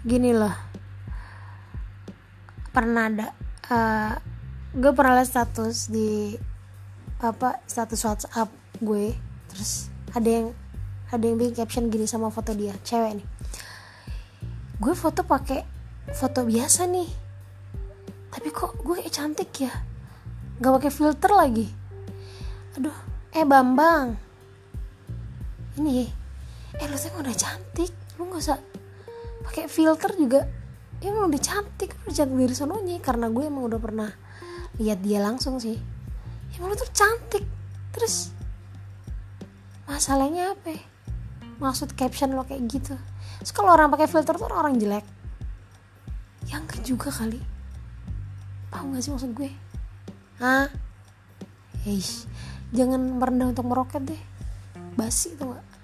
Gini loh, pernah ada gue pernah liat status di status WhatsApp gue, terus ada yang bikin caption gini sama foto dia, cewek nih. Gue foto pakai foto biasa nih, tapi kok gue kayak cantik ya, nggak pakai filter lagi. Aduh, Bambang, ini lu tuh udah cantik, lu nggak usah pakai filter juga. Emang udah cantik dari sononya. Karena gue emang udah pernah lihat dia langsung sih. Emang lu tuh cantik. Terus masalahnya apa? Maksud caption lo kayak gitu. Terus kalau orang pakai filter tuh orang jelek. Ya enggak juga kali. Paham gak sih maksud gue? Jangan merendah untuk meroket deh. Basi tuh gak?